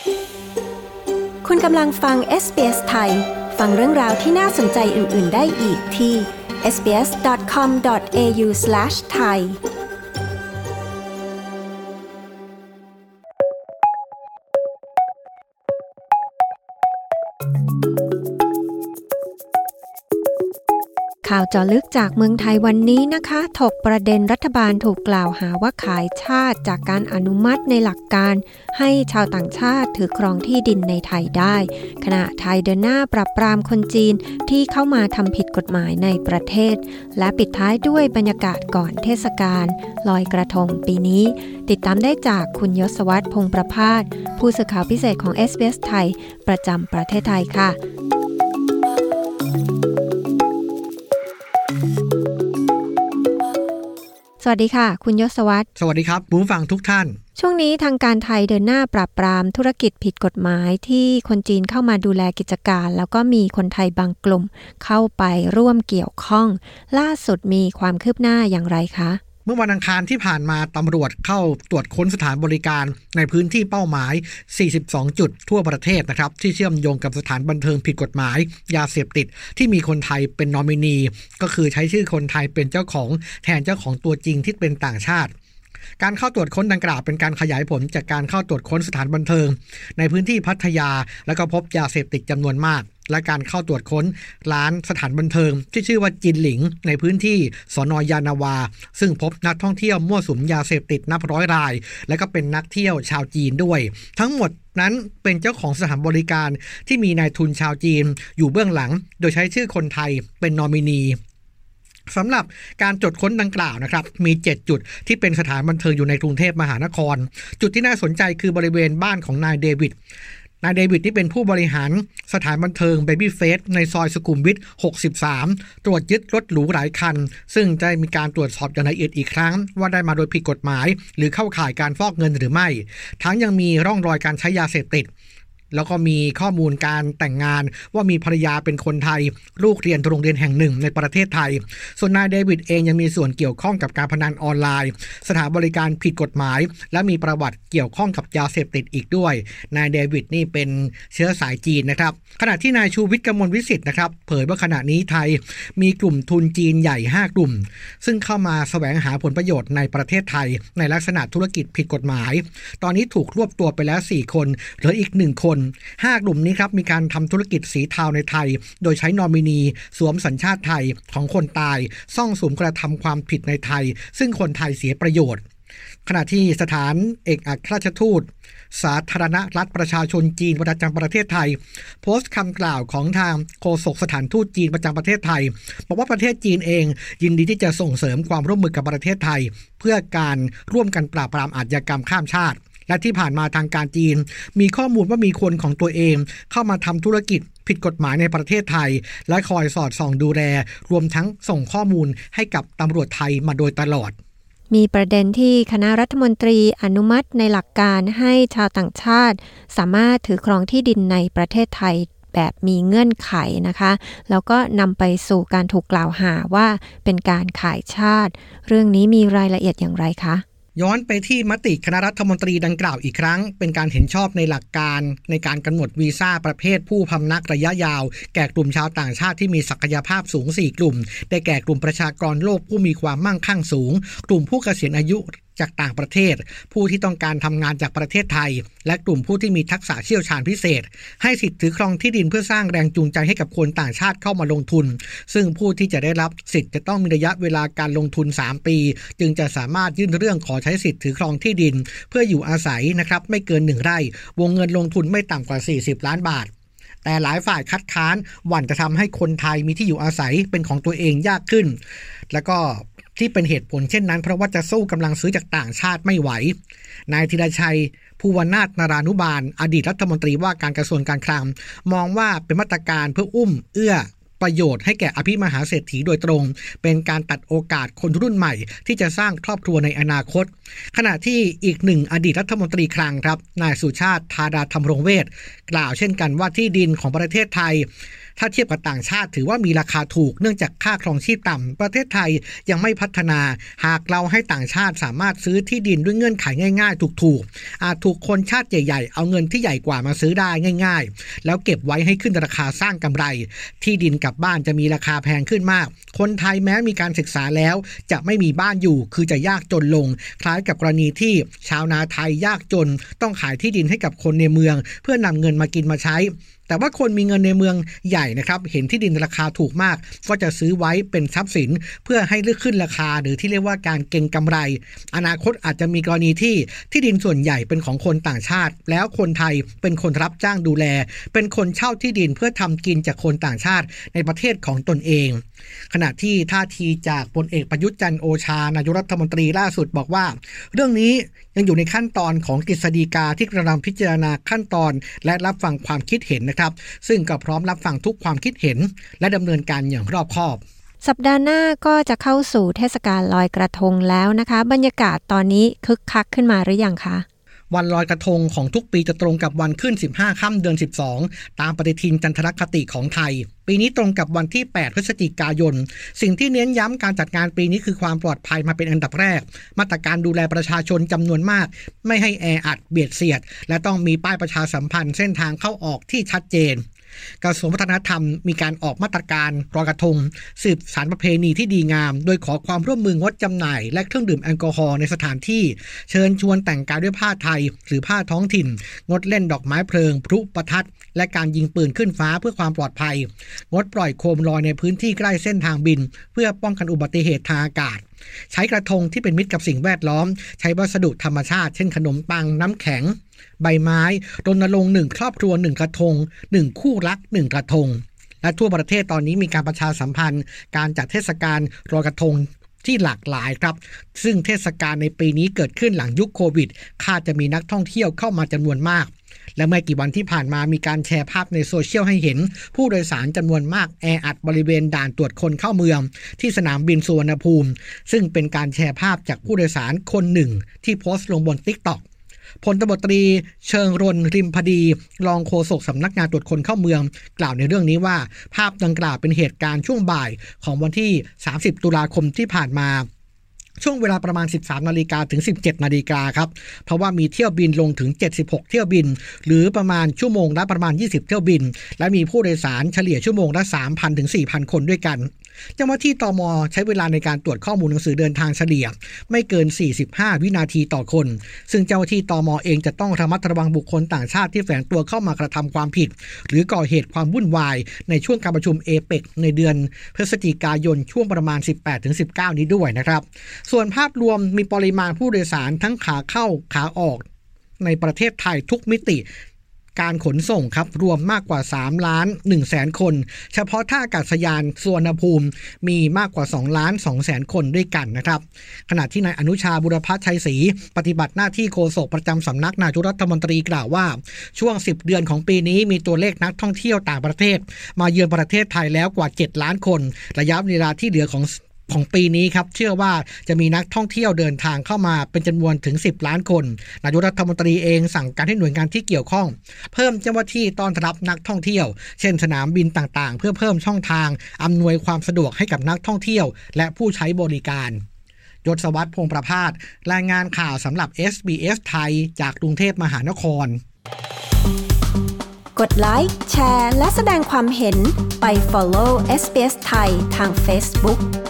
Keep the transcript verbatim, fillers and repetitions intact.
คุณกำลังฟัง เอส บี เอส ไทยฟังเรื่องราวที่น่าสนใจอื่นๆได้อีกที่ เอส บี เอส ดอท คอม ดอท เอ ยู สแลช ไทยข่าวเจาะลึกจากเมืองไทยวันนี้นะคะถกประเด็นรัฐบาลถูกกล่าวหาว่าขายชาติจากการอนุมัติในหลักการให้ชาวต่างชาติถือครองที่ดินในไทยได้ขณะไทยเดินหน้าปราบปรามคนจีนที่เข้ามาทำผิดกฎหมายในประเทศและปิดท้ายด้วยบรรยากาศก่อนเทศกาลลอยกระทงปีนี้ติดตามได้จากคุณยศวัฒน์พงษ์ประภาสผู้สื่อข่าวพิเศษของ เอส บี เอส ไทยประจำประเทศไทยค่ะสวัสดีค่ะคุณยศวัฒน์สวัสดีครับผู้ฟังทุกท่านช่วงนี้ทางการไทยเดินหน้าปราบปรามธุรกิจผิดกฎหมายที่คนจีนเข้ามาดูแลกิจการแล้วก็มีคนไทยบางกลุ่มเข้าไปร่วมเกี่ยวข้องล่าสุดมีความคืบหน้าอย่างไรคะเมื่อวันอังคารที่ผ่านมาตำรวจเข้าตรวจค้นสถานบริการในพื้นที่เป้าหมายสี่สิบสองจุดทั่วประเทศนะครับที่เชื่อมโยงกับสถานบันเทิงผิดกฎหมายยาเสพติดที่มีคนไทยเป็นนอมินีก็คือใช้ชื่อคนไทยเป็นเจ้าของแทนเจ้าของตัวจริงที่เป็นต่างชาติการเข้าตรวจค้นดังกล่าวเป็นการขยายผลจากการเข้าตรวจค้นสถานบันเทิงในพื้นที่พัทยาแล้วก็พบยาเสพติดจำนวนมากและการเข้าตรวจค้นร้านสถานบันเทิงที่ชื่อว่าจินหลิงในพื้นที่สน.ยานาวาซึ่งพบนักท่องเที่ยวมั่วสุมยาเสพติดนับร้อยรายและก็เป็นนักเที่ยวชาวจีนด้วยทั้งหมดนั้นเป็นเจ้าของสถานบริการที่มีนายทุนชาวจีนอยู่เบื้องหลังโดยใช้ชื่อคนไทยเป็นนอมินีสำหรับการตรวจค้นดังกล่าวนะครับมีเจ็ดจุดที่เป็นสถานบันเทิงอยู่ในกรุงเทพมหานครจุดที่น่าสนใจคือบริเวณบ้านของนายเดวิดนายเดวิดที่เป็นผู้บริหารสถานบันเทิง Baby Face ในซอยสุขุมวิทหกสิบสามตรวจยึดรถหรูหลายคันซึ่งจะมีการตรวจสอบอย่างละเอียดอีกครั้งว่าได้มาโดยผิดกฎหมายหรือเข้าข่ายการฟอกเงินหรือไม่ทั้งยังมีร่องรอยการใช้ยาเสพติดแล้วก็มีข้อมูลการแต่งงานว่ามีภรรยาเป็นคนไทยลูกเรียนโรงเรียนแห่งหนึ่งในประเทศไทยส่วนนายเดวิดเองยังมีส่วนเกี่ยวข้องกับการพนันออนไลน์สถานบริการผิดกฎหมายและมีประวัติเกี่ยวข้องกับยาเสพติดอีกด้วยนายเดวิดนี่เป็นเชื้อสายจีนนะครับขณะที่นายชูวิทย์กมลวิสิทธิ์นะครับเผยว่าขณะนี้ไทยมีกลุ่มทุนจีนใหญ่ห้ากลุ่มซึ่งเข้ามาแสวงหาผลประโยชน์ในประเทศไทยในลักษณะธุรกิจผิดกฎหมายตอนนี้ถูกรวบตัวไปแล้วสี่คนเหลืออีกหนึ่งคนห้ากลุ่มนี้ครับมีการทำธุรกิจสีเทาในไทยโดยใช้นอมินีสวมสัญชาติไทยของคนตายซ่องสุมกระทำความผิดในไทยซึ่งคนไทยเสียประโยชน์ขณะที่สถานเอกอัครราชทูตสาธารณรัฐประชาชนจีนประจำประเทศไทยโพสต์คำกล่าวของทางโฆษกสถานทูตจีนประจำประเทศไทยบอกว่าประเทศจีนเองยินดีที่จะส่งเสริมความร่วมมือกับประเทศไทยเพื่อการร่วมกันปราบปรามอาชญากรรมข้ามชาติและที่ผ่านมาทางการจีนมีข้อมูลว่ามีคนของตัวเองเข้ามาทำธุรกิจผิดกฎหมายในประเทศไทยและคอยสอดส่องดูแลรวมทั้งส่งข้อมูลให้กับตำรวจไทยมาโดยตลอดมีประเด็นที่คณะรัฐมนตรีอนุมัติในหลักการให้ชาวต่างชาติสามารถถือครองที่ดินในประเทศไทยแบบมีเงื่อนไขนะคะแล้วก็นำไปสู่การถูกกล่าวหาว่าเป็นการขายชาติเรื่องนี้มีรายละเอียดอย่างไรคะย้อนไปที่มติคณะรัฐมนตรีดังกล่าวอีกครั้งเป็นการเห็นชอบในหลักการในการกำหนดวีซ่าประเภทผู้พำนักระยะยาวแก่กลุ่มชาวต่างชาติที่มีศักยภาพสูงสี่กลุ่มได้แก่กลุ่มประชากรโลกผู้มีความมั่งคั่งสูงกลุ่มผู้เกษียณอายุจากต่างประเทศผู้ที่ต้องการทำงานจากประเทศไทยและกลุ่มผู้ที่มีทักษะเชี่ยวชาญพิเศษให้สิทธิ์ถือครองที่ดินเพื่อสร้างแรงจูงใจให้กับคนต่างชาติเข้ามาลงทุนซึ่งผู้ที่จะได้รับสิทธิ์จะต้องมีระยะเวลาการลงทุนสามปีจึงจะสามารถยื่นเรื่องขอใช้สิทธิ์ถือครองที่ดินเพื่ออยู่อาศัยนะครับไม่เกินหนึ่งไร่วงเงินลงทุนไม่ต่ำกว่าสี่สิบล้านบาทแต่หลายฝ่ายคัดค้านหวั่นจะทำให้คนไทยมีที่อยู่อาศัยเป็นของตัวเองยากขึ้นแล้วก็ที่เป็นเหตุผลเช่นนั้นเพราะว่าจะสู้กำลังซื้อจากต่างชาติไม่ไหวนายธีรชัยภูวนาถนารานุบาลอดีตรัฐมนตรีว่าการกระทรวงการคลังมองว่าเป็นมาตรการเพื่ออุ้มเอื้อประโยชน์ให้แก่อภิมหาเศรษฐีโดยตรงเป็นการตัดโอกาสคนรุ่นใหม่ที่จะสร้างครอบครัวในอนาคตขณะที่อีกหนึ่งอดีตรัฐมนตรีคลังครับนายสุชาติธาดาธรรมรงเวชกล่าวเช่นกันว่าที่ดินของประเทศไทยถ้าเทียบกับต่างชาติถือว่ามีราคาถูกเนื่องจากค่าครองชีพต่ำประเทศไทยยังไม่พัฒนาหากเราให้ต่างชาติสามารถซื้อที่ดินด้วยเงื่อนไขง่ายๆถูกๆอาจถูกคนชาติใหญ่ๆเอาเงินที่ใหญ่กว่ามาซื้อได้ง่ายๆแล้วเก็บไว้ให้ขึ้นราคาสร้างกำไรที่ดินกับบ้านจะมีราคาแพงขึ้นมากคนไทยแม้มีการศึกษาแล้วจะไม่มีบ้านอยู่คือจะยากจนลงคล้ายกับกรณีที่ชาวนาไทยยากจนต้องขายที่ดินให้กับคนในเมืองเพื่อนำเงินมากินมาใช้แต่ว่าคนมีเงินในเมืองใหญ่นะครับเห็นที่ดินราคาถูกมากก็จะซื้อไว้เป็นทรัพย์สินเพื่อให้เลือกขึ้นราคาหรือที่เรียกว่าการเก็งกำไรอนาคตอาจจะมีกรณีที่ที่ดินส่วนใหญ่เป็นของคนต่างชาติแล้วคนไทยเป็นคนรับจ้างดูแลเป็นคนเช่าที่ดินเพื่อทำกินจากคนต่างชาติในประเทศของตนเองขณะที่ท่าทีจากพลเอกประยุทธ์จันทร์โอชานายกรัฐมนตรีล่าสุดบอกว่าเรื่องนี้ยังอยู่ในขั้นตอนของกฤษฎีกาที่กำลังพิจารณาขั้นตอนและรับฟังความคิดเห็นนะครับซึ่งก็พร้อมรับฟังทุกความคิดเห็นและดำเนินการอย่างรอบคอบสัปดาห์หน้าก็จะเข้าสู่เทศกาลลอยกระทงแล้วนะคะบรรยากาศตอนนี้คึกคักขึ้นมาหรือยังคะวันลอยกระทงของทุกปีจะตรงกับวันขึ้นสิบห้าค่ำเดือนสิบสองตามปฏิทินจันทรคติของไทยปีนี้ตรงกับวันที่แปดพฤศจิกายนสิ่งที่เน้นย้ำการจัดงานปีนี้คือความปลอดภัยมาเป็นอันดับแรกมาตรการดูแลประชาชนจำนวนมากไม่ให้แออัดเบียดเสียดและต้องมีป้ายประชาสัมพันธ์เส้นทางเข้าออกที่ชัดเจนกระทรวงวัฒนธรรมมีการออกมาตรการลอยกระทงสืบสานประเพณีที่ดีงามโดยขอความร่วมมืองดจำหน่ายและเครื่องดื่มแอลกอฮอล์ในสถานที่เชิญชวนแต่งกายด้วยผ้าไทยหรือผ้าท้องถิ่นงดเล่นดอกไม้เพลิงพลุประทัดและการยิงปืนขึ้นฟ้าเพื่อความปลอดภัยงดปล่อยโคมลอยในพื้นที่ใกล้เส้นทางบินเพื่อป้องกันอุบัติเหตุทางอากาศใช้กระทงที่เป็นมิตรกับสิ่งแวดล้อมใช้วัสดุธรรมชาติเช่นขนมปังน้ำแข็งใบไม้รณรงค์หนึ่งครอบครัวหนึ่งกระทงหนึ่งคู่รักหนึ่งกระทงและทั่วประเทศตอนนี้มีการประชาสัมพันธ์การจัดเทศกาลลอยกระทงที่หลากหลายครับซึ่งเทศกาลในปีนี้เกิดขึ้นหลังยุคโควิดคาดจะมีนักท่องเที่ยวเข้ามาจำนวนมากและเมื่อกี่วันที่ผ่านมามีการแชร์ภาพในโซเชียลให้เห็นผู้โดยสารจำนวนมากแออัดบริเวณด่านตรวจคนเข้าเมืองที่สนามบินสุวรรณภูมิซึ่งเป็นการแชร์ภาพจากผู้โดยสารคนหนึ่งที่โพสต์ลงบน TikTokพลตบตรีเชิงรณริมพดีรองโฆษกสำนักงานตรวจคนเข้าเมืองกล่าวในเรื่องนี้ว่าภาพดังกล่าวเป็นเหตุการณ์ช่วงบ่ายของวันที่สามสิบตุลาคมที่ผ่านมาช่วงเวลาประมาณ สิบสามนาฬิกาถึง สิบเจ็ดนาฬิกาครับเพราะว่ามีเที่ยวบินลงถึงเจ็ดสิบหกเที่ยวบินหรือประมาณชั่วโมงละประมาณยี่สิบเที่ยวบินและมีผู้โดยสารเฉลี่ยชั่วโมงละ สามพัน ถึง สี่พัน คนด้วยกันเจ้าหน้าที่ตม.ใช้เวลาในการตรวจข้อมูลหนังสือเดินทางเฉลี่ยไม่เกินสี่สิบห้าวินาทีต่อคนซึ่งเจ้าหน้าที่ตม.เองจะต้องระมัดระวังบุคคลต่างชาติที่แฝงตัวเข้ามากระทำความผิดหรือก่อเหตุความวุ่นวายในช่วงการประชุมเอเปกในเดือนพฤศจิกายนช่วงประมาณ สิบแปดถึงสิบเก้า นี้ด้วยนะครับส่วนภาพรวมมีปริมาณผู้โดยสารทั้งขาเข้าขาออกในประเทศไทยทุกมิติการขนส่งครับรวมมากกว่าสามล้านหนึ่งแสนคนเฉพาะท่าอากาศยานสุวรรณภูมิมีมากกว่าสองล้านสองแสนคนด้วยกันนะครับขณะที่นายอนุชาบุรพชัยศรีปฏิบัติหน้าที่โฆษกประจำสำนักนายกรัฐมนตรีกล่าวว่าช่วงสิบเดือนของปีนี้มีตัวเลขนักท่องเที่ยวต่างประเทศมาเยือนประเทศไทยแล้วกว่าเจ็ดล้านคนระยะเวลาที่เหลือของของปีนี้ครับเชื่อว่าจะมีนักท่องเที่ยวเดินทางเข้ามาเป็นจำนวนถึงสิบล้านคนนายกรัฐมนตรีเองสั่งการให้หน่วยงานที่เกี่ยวข้องเพิ่มเจ้าหน้าที่ต้อนรับนักท่องเที่ยวเช่นสนามบินต่างๆเพื่อเพิ่มช่องทางอำนวยความสะดวกให้กับนักท่องเที่ยวและผู้ใช้บริการยศวัฒน์พงษ์ประภาสรายงานข่าวสำหรับ เอส บี เอส ไทยจากกรุงเทพมหานครกดไลค์แชร์และแสดงความเห็นไป follow เอส บี เอส ไทยทาง Facebook